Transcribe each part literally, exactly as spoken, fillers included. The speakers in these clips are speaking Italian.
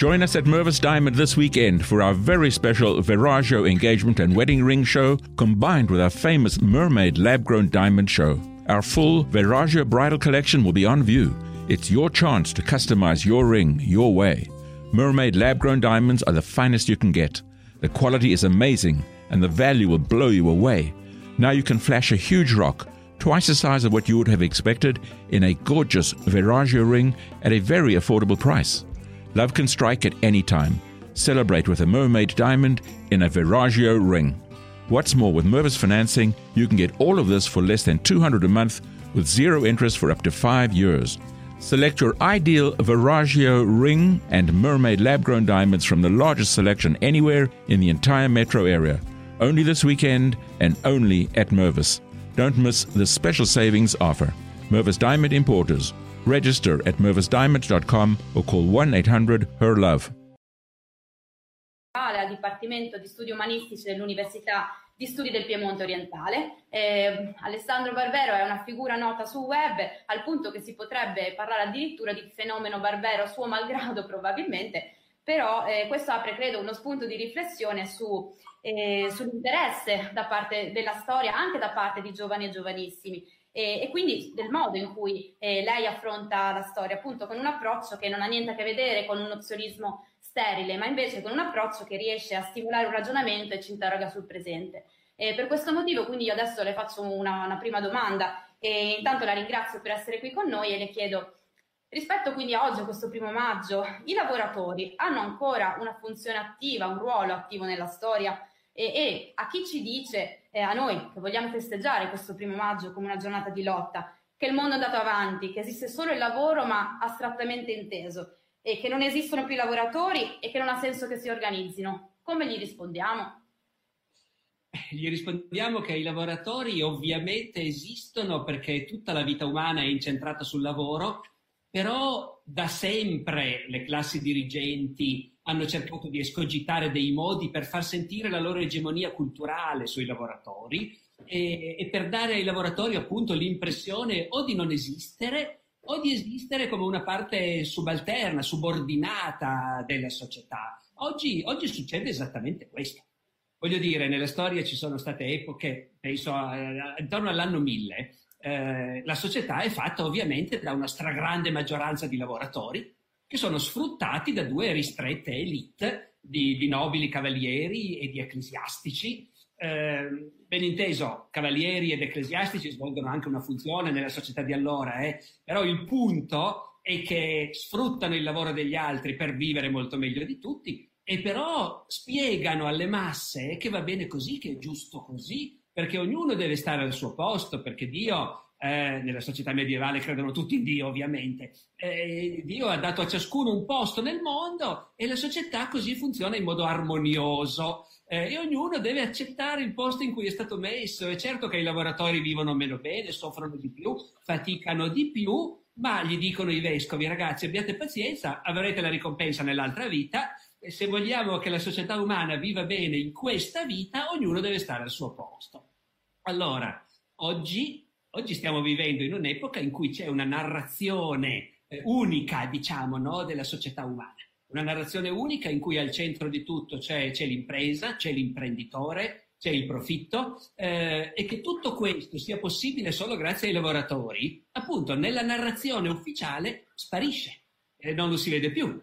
Join us at Mervis Diamond this weekend for our very special Veragio engagement and wedding ring show, combined with our famous Mermaid lab-grown diamond show. Our full Veragio bridal collection will be on view. It's your chance to customize your ring your way. Mermaid lab-grown diamonds are the finest you can get. The quality is amazing, and the value will blow you away. Now you can flash a huge rock, twice the size of what you would have expected, in a gorgeous Veragio ring at a very affordable price. Love can strike at any time. Celebrate with a Mermaid diamond in a Veragio ring. What's more, with Mervis financing, you can get all of this for less than two hundred dollars a month with zero interest for up to five years. Select your ideal Veragio ring and Mermaid lab-grown diamonds from the largest selection anywhere in the entire metro area. Only this weekend and only at Mervis. Don't miss this special savings offer. Mervis Diamond Importers. Register at mervis diamond dot com or call one eight hundred H E R love. Al Dipartimento di Studi Umanistici dell'Università di Studi del Piemonte Orientale. Eh, Alessandro Barbero è una figura nota sul web, al punto che si potrebbe parlare addirittura di fenomeno Barbero suo malgrado probabilmente, però eh, questo apre, credo, uno spunto di riflessione su, eh, sull'interesse da parte della storia, anche da parte di giovani e giovanissimi. E, e quindi del modo in cui eh, lei affronta la storia, appunto con un approccio che non ha niente a che vedere con un nozionismo sterile, ma invece con un approccio che riesce a stimolare un ragionamento e ci interroga sul presente. E per questo motivo quindi io adesso le faccio una, una prima domanda e intanto la ringrazio per essere qui con noi e le chiedo, rispetto quindi a oggi, a questo primo maggio, i lavoratori hanno ancora una funzione attiva, un ruolo attivo nella storia? E, e a chi ci dice, eh, a noi che vogliamo festeggiare questo primo maggio come una giornata di lotta, che il mondo è andato avanti, che esiste solo il lavoro ma astrattamente inteso e che non esistono più i lavoratori e che non ha senso che si organizzino, come gli rispondiamo? Gli rispondiamo che i lavoratori ovviamente esistono perché tutta la vita umana è incentrata sul lavoro, però da sempre le classi dirigenti hanno cercato di escogitare dei modi per far sentire la loro egemonia culturale sui lavoratori e, e per dare ai lavoratori appunto l'impressione o di non esistere o di esistere come una parte subalterna, subordinata della società. Oggi, oggi succede esattamente questo. Voglio dire, nella storia ci sono state epoche, penso a, intorno all'anno mille, eh, la società è fatta ovviamente da una stragrande maggioranza di lavoratori che sono sfruttati da due ristrette elite di, di nobili cavalieri e di ecclesiastici. Eh, ben inteso, cavalieri ed ecclesiastici svolgono anche una funzione nella società di allora, eh? Però il punto è che sfruttano il lavoro degli altri per vivere molto meglio di tutti e però spiegano alle masse che va bene così, che è giusto così, perché ognuno deve stare al suo posto, perché Dio... Eh, nella società medievale credono tutti in Dio ovviamente, eh, Dio ha dato a ciascuno un posto nel mondo e la società così funziona in modo armonioso eh, e ognuno deve accettare il posto in cui è stato messo. È certo che i lavoratori vivono meno bene, soffrono di più, faticano di più, ma gli dicono i vescovi: ragazzi, abbiate pazienza, avrete la ricompensa nell'altra vita e se vogliamo che la società umana viva bene in questa vita, ognuno deve stare al suo posto. Allora, oggi Oggi stiamo vivendo in un'epoca in cui c'è una narrazione eh, unica, diciamo, no, della società umana. Una narrazione unica in cui al centro di tutto c'è, c'è l'impresa, c'è l'imprenditore, c'è il profitto eh, e che tutto questo sia possibile solo grazie ai lavoratori, appunto nella narrazione ufficiale sparisce e non lo si vede più.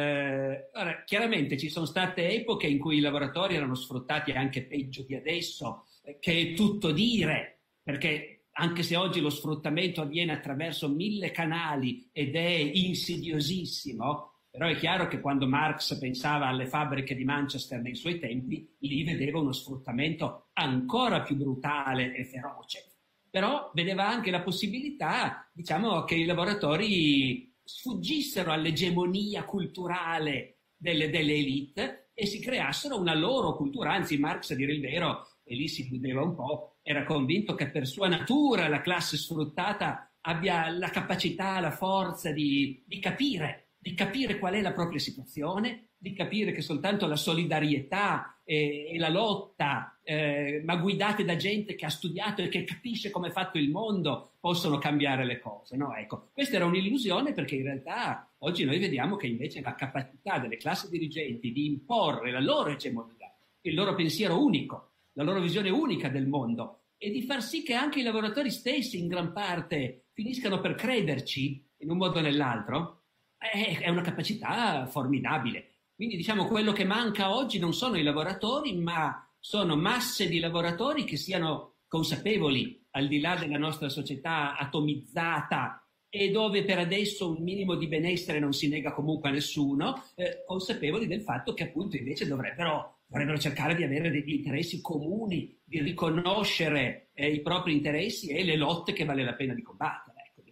Eh, ora, chiaramente ci sono state epoche in cui i lavoratori erano sfruttati anche peggio di adesso, eh, che è tutto dire, perché anche se oggi lo sfruttamento avviene attraverso mille canali ed è insidiosissimo, però è chiaro che quando Marx pensava alle fabbriche di Manchester nei suoi tempi, lì vedeva uno sfruttamento ancora più brutale e feroce. Però vedeva anche la possibilità, diciamo, che i lavoratori sfuggissero all'egemonia culturale delle, delle elite e si creassero una loro cultura. Anzi, Marx, a dire il vero, e lì si chiudeva un po', era convinto che per sua natura la classe sfruttata abbia la capacità, la forza di, di capire, di capire qual è la propria situazione, di capire che soltanto la solidarietà e, e la lotta, eh, ma guidate da gente che ha studiato e che capisce come è fatto il mondo, possono cambiare le cose. No? Ecco, questa era un'illusione, perché in realtà oggi noi vediamo che invece la capacità delle classi dirigenti di imporre la loro egemonia, il loro pensiero unico, la loro visione unica del mondo, e di far sì che anche i lavoratori stessi in gran parte finiscano per crederci in un modo o nell'altro, è una capacità formidabile. Quindi diciamo quello che manca oggi non sono i lavoratori, ma sono masse di lavoratori che siano consapevoli, al di là della nostra società atomizzata e dove per adesso un minimo di benessere non si nega comunque a nessuno, eh, consapevoli del fatto che appunto invece dovrebbero, dovrebbero cercare di avere degli interessi comuni, di riconoscere eh, i propri interessi e le lotte che vale la pena di combattere.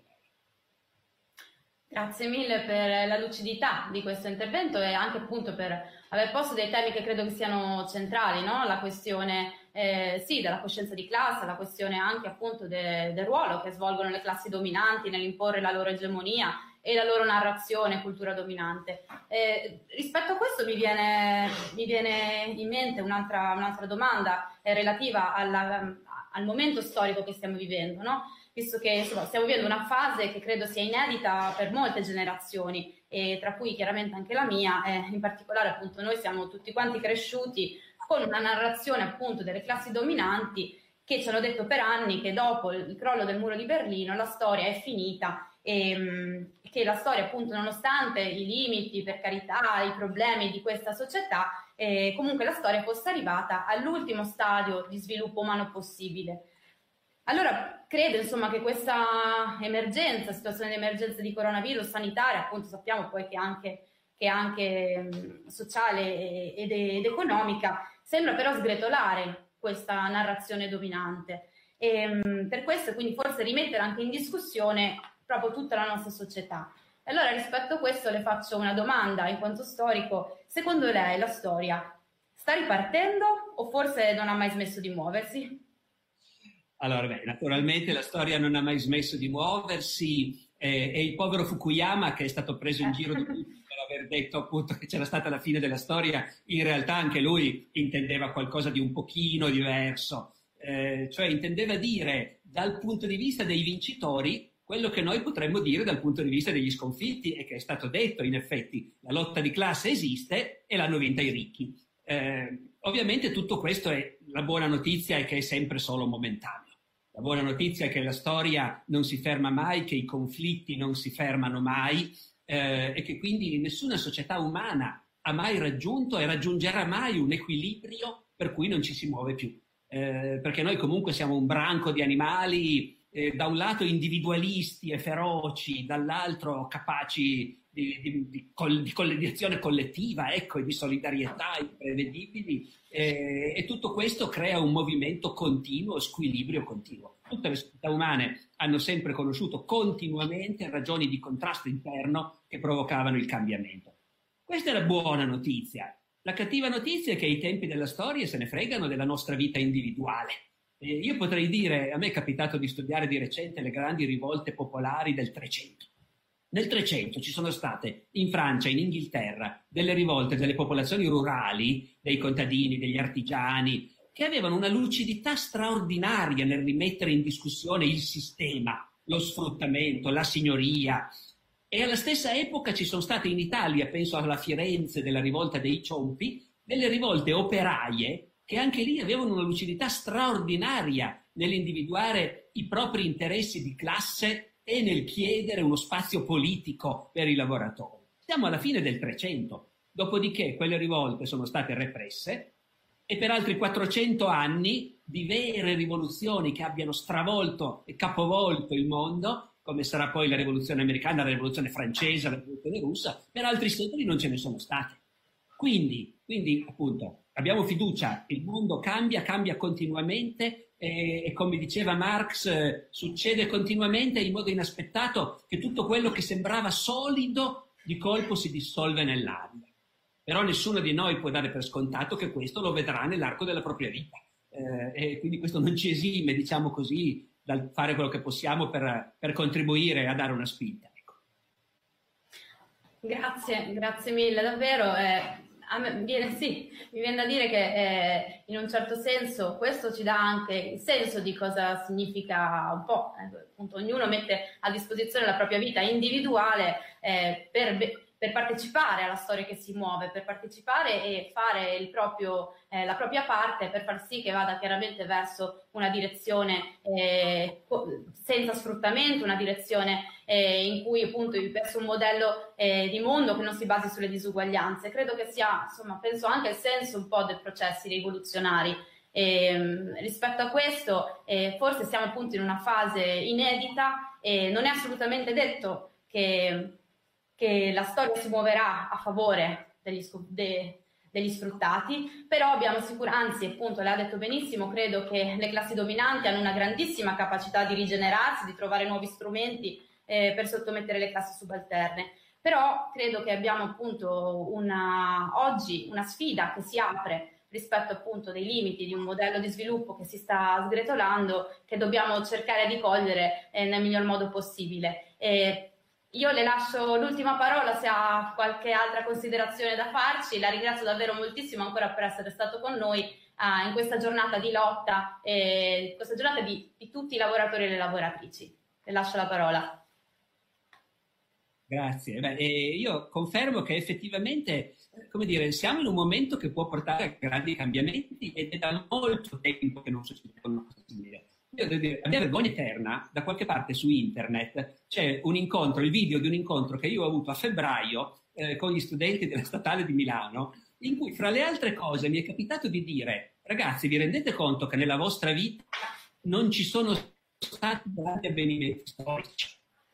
Grazie mille per la lucidità di questo intervento e anche appunto per aver posto dei temi che credo che siano centrali, no? La questione eh, sì, della coscienza di classe, la questione anche appunto de, del ruolo che svolgono le classi dominanti nell'imporre la loro egemonia e la loro narrazione, cultura dominante. Eh, rispetto a questo mi viene, mi viene in mente un'altra, un'altra domanda eh, relativa alla, al momento storico che stiamo vivendo, no? Visto che insomma, stiamo vivendo una fase che credo sia inedita per molte generazioni, e tra cui chiaramente anche la mia, eh, in particolare appunto noi siamo tutti quanti cresciuti con una narrazione appunto delle classi dominanti che ci hanno detto per anni che dopo il crollo del muro di Berlino la storia è finita e mh, che la storia appunto nonostante i limiti, per carità, i problemi di questa società, eh, comunque la storia fosse arrivata all'ultimo stadio di sviluppo umano possibile. Allora, credo insomma che questa emergenza, situazione di emergenza di coronavirus sanitaria, appunto sappiamo poi che anche, che anche mh, sociale ed, ed economica, sembra però sgretolare questa narrazione dominante. E, mh, per questo quindi forse rimettere anche in discussione proprio tutta la nostra società. E allora rispetto a questo le faccio una domanda in quanto storico: secondo lei la storia sta ripartendo o forse non ha mai smesso di muoversi? Allora, beh, naturalmente la storia non ha mai smesso di muoversi eh, e il povero Fukuyama, che è stato preso in giro da tutti per aver detto appunto che c'era stata la fine della storia, in realtà anche lui intendeva qualcosa di un pochino diverso, eh, cioè intendeva dire dal punto di vista dei vincitori quello che noi potremmo dire dal punto di vista degli sconfitti, e che è stato detto in effetti: la lotta di classe esiste e l'hanno vinta i ricchi. Eh, ovviamente tutto questo è, la buona notizia è che è sempre solo momentaneo. La buona notizia è che la storia non si ferma mai, che i conflitti non si fermano mai eh, e che quindi nessuna società umana ha mai raggiunto e raggiungerà mai un equilibrio per cui non ci si muove più. Eh, perché noi comunque siamo un branco di animali, eh, da un lato individualisti e feroci, dall'altro capaci di, di, di, di collaborazione collettiva, ecco, e di solidarietà imprevedibili, eh, e tutto questo crea un movimento continuo, squilibrio continuo. Tutte le società umane hanno sempre conosciuto continuamente ragioni di contrasto interno che provocavano il cambiamento. Questa è la buona notizia. La cattiva notizia è che i tempi della storia se ne fregano della nostra vita individuale. Eh, io potrei dire, a me è capitato di studiare di recente le grandi rivolte popolari del Trecento. Nel Trecento ci sono state in Francia, in Inghilterra, delle rivolte delle popolazioni rurali, dei contadini, degli artigiani, che avevano una lucidità straordinaria nel rimettere in discussione il sistema, lo sfruttamento, la signoria. E alla stessa epoca ci sono state in Italia, penso alla Firenze della rivolta dei Ciompi, delle rivolte operaie che anche lì avevano una lucidità straordinaria nell'individuare i propri interessi di classe e nel chiedere uno spazio politico per i lavoratori. Siamo alla fine del Trecento, dopodiché quelle rivolte sono state represse e per altri quattrocento anni di vere rivoluzioni che abbiano stravolto e capovolto il mondo, come sarà poi la rivoluzione americana, la rivoluzione francese, la rivoluzione russa, per altri secoli non ce ne sono state. Quindi, quindi appunto, abbiamo fiducia, il mondo cambia, cambia continuamente e, e come diceva Marx, eh, succede continuamente in modo inaspettato che tutto quello che sembrava solido di colpo si dissolve nell'aria. Però nessuno di noi può dare per scontato che questo lo vedrà nell'arco della propria vita. Eh, e quindi questo non ci esime, diciamo così, dal fare quello che possiamo per, per contribuire a dare una spinta. Ecco. Grazie, grazie mille davvero. Eh, a me viene, sì, mi viene da dire che eh, in un certo senso questo ci dà anche il senso di cosa significa un po', eh, appunto ognuno mette a disposizione la propria vita individuale eh, per, per partecipare alla storia che si muove, per partecipare e fare il proprio, eh, la propria parte per far sì che vada chiaramente verso una direzione eh, senza sfruttamento, una direzione eh, in cui appunto verso un modello eh, di mondo che non si basi sulle disuguaglianze. Credo che sia, insomma, penso anche il senso un po' dei processi rivoluzionari. E, rispetto a questo eh, forse siamo appunto in una fase inedita e non è assolutamente detto che, che la storia si muoverà a favore degli, de, degli sfruttati, però abbiamo sicuramente, anzi appunto lei ha detto benissimo, credo che le classi dominanti hanno una grandissima capacità di rigenerarsi, di trovare nuovi strumenti eh, per sottomettere le classi subalterne. Però credo che abbiamo appunto una, oggi una sfida che si apre rispetto appunto dei limiti di un modello di sviluppo che si sta sgretolando, che dobbiamo cercare di cogliere eh, nel miglior modo possibile. E io le lascio l'ultima parola se ha qualche altra considerazione da farci. La ringrazio davvero moltissimo ancora per essere stato con noi eh, in questa giornata di lotta, eh, questa giornata di, di tutti i lavoratori e le lavoratrici. Le lascio la parola. Grazie. Beh, eh, io confermo che effettivamente, come dire, siamo in un momento che può portare a grandi cambiamenti ed è da molto tempo che non succede una cosa simile. Io devo dire, a mia vergogna eterna, da qualche parte su internet c'è un incontro, il video di un incontro che io ho avuto a febbraio eh, con gli studenti della Statale di Milano, in cui fra le altre cose mi è capitato di dire: ragazzi, vi rendete conto che nella vostra vita non ci sono stati grandi avvenimenti storici?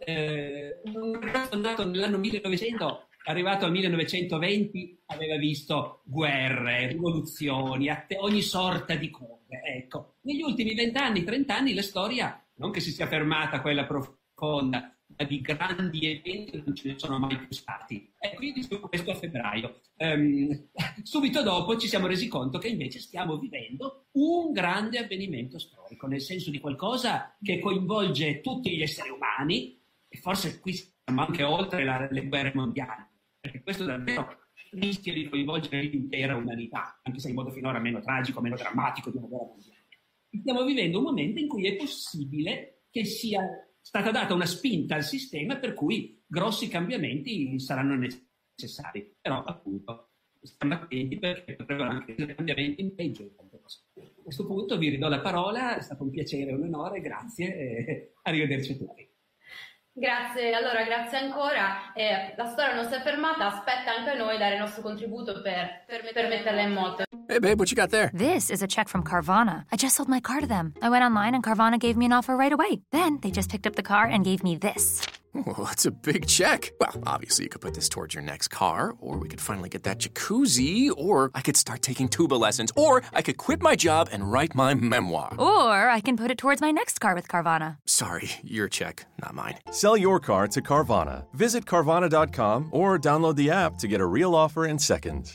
Eh, un ragazzo nato nell'anno millenovecento, arrivato al millenovecentoventi, aveva visto guerre, rivoluzioni, atte- ogni sorta di cose. Ecco, negli ultimi vent'anni, trent'anni la storia non che si sia fermata quella profonda, ma di grandi eventi non ce ne sono mai più stati. E quindi questo a febbraio. Um, subito dopo ci siamo resi conto che invece stiamo vivendo un grande avvenimento storico, nel senso di qualcosa che coinvolge tutti gli esseri umani. E forse qui siamo anche oltre la, le guerre mondiali, perché questo davvero rischia di coinvolgere l'intera umanità, anche se in modo finora meno tragico, meno drammatico di una guerra mondiale. Stiamo vivendo un momento in cui è possibile che sia stata data una spinta al sistema per cui grossi cambiamenti saranno necessari. Però appunto stiamo attenti perché potrebbero anche essere cambiamenti in peggio. A questo punto vi ridò la parola, è stato un piacere, un onore, grazie e arrivederci a tutti. Grazie, allora grazie ancora. Eh, la storia non si è fermata, aspetta anche a noi dare il nostro contributo per, per, per metterla in moto. Hey babe, what you got there? This is a check from Carvana. I just sold my car to them. I went online and Carvana gave me an offer right away. Then they just picked up the car and gave me this. Oh, that's a big check. Well, obviously you could put this towards your next car, or we could finally get that jacuzzi, or I could start taking tuba lessons, or I could quit my job and write my memoir. Or I can put it towards my next car with Carvana. Sorry, your check, not mine. Sell your car to Carvana. Visit Carvana dot com or download the app to get a real offer in seconds.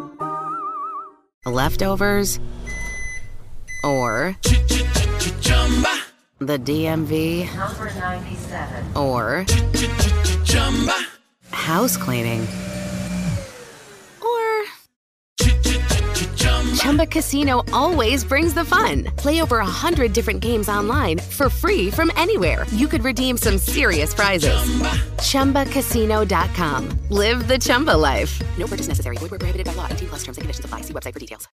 Leftovers or the D M V Number ninety-seven. or house cleaning or Chumba Casino always brings the fun. Play over a hundred different games online for free from anywhere. You could redeem some serious prizes. Chumba Casino dot com. Live the Chumba life. No purchase necessary. Void where prohibited by law. eighteen plus terms and conditions apply. See website for details.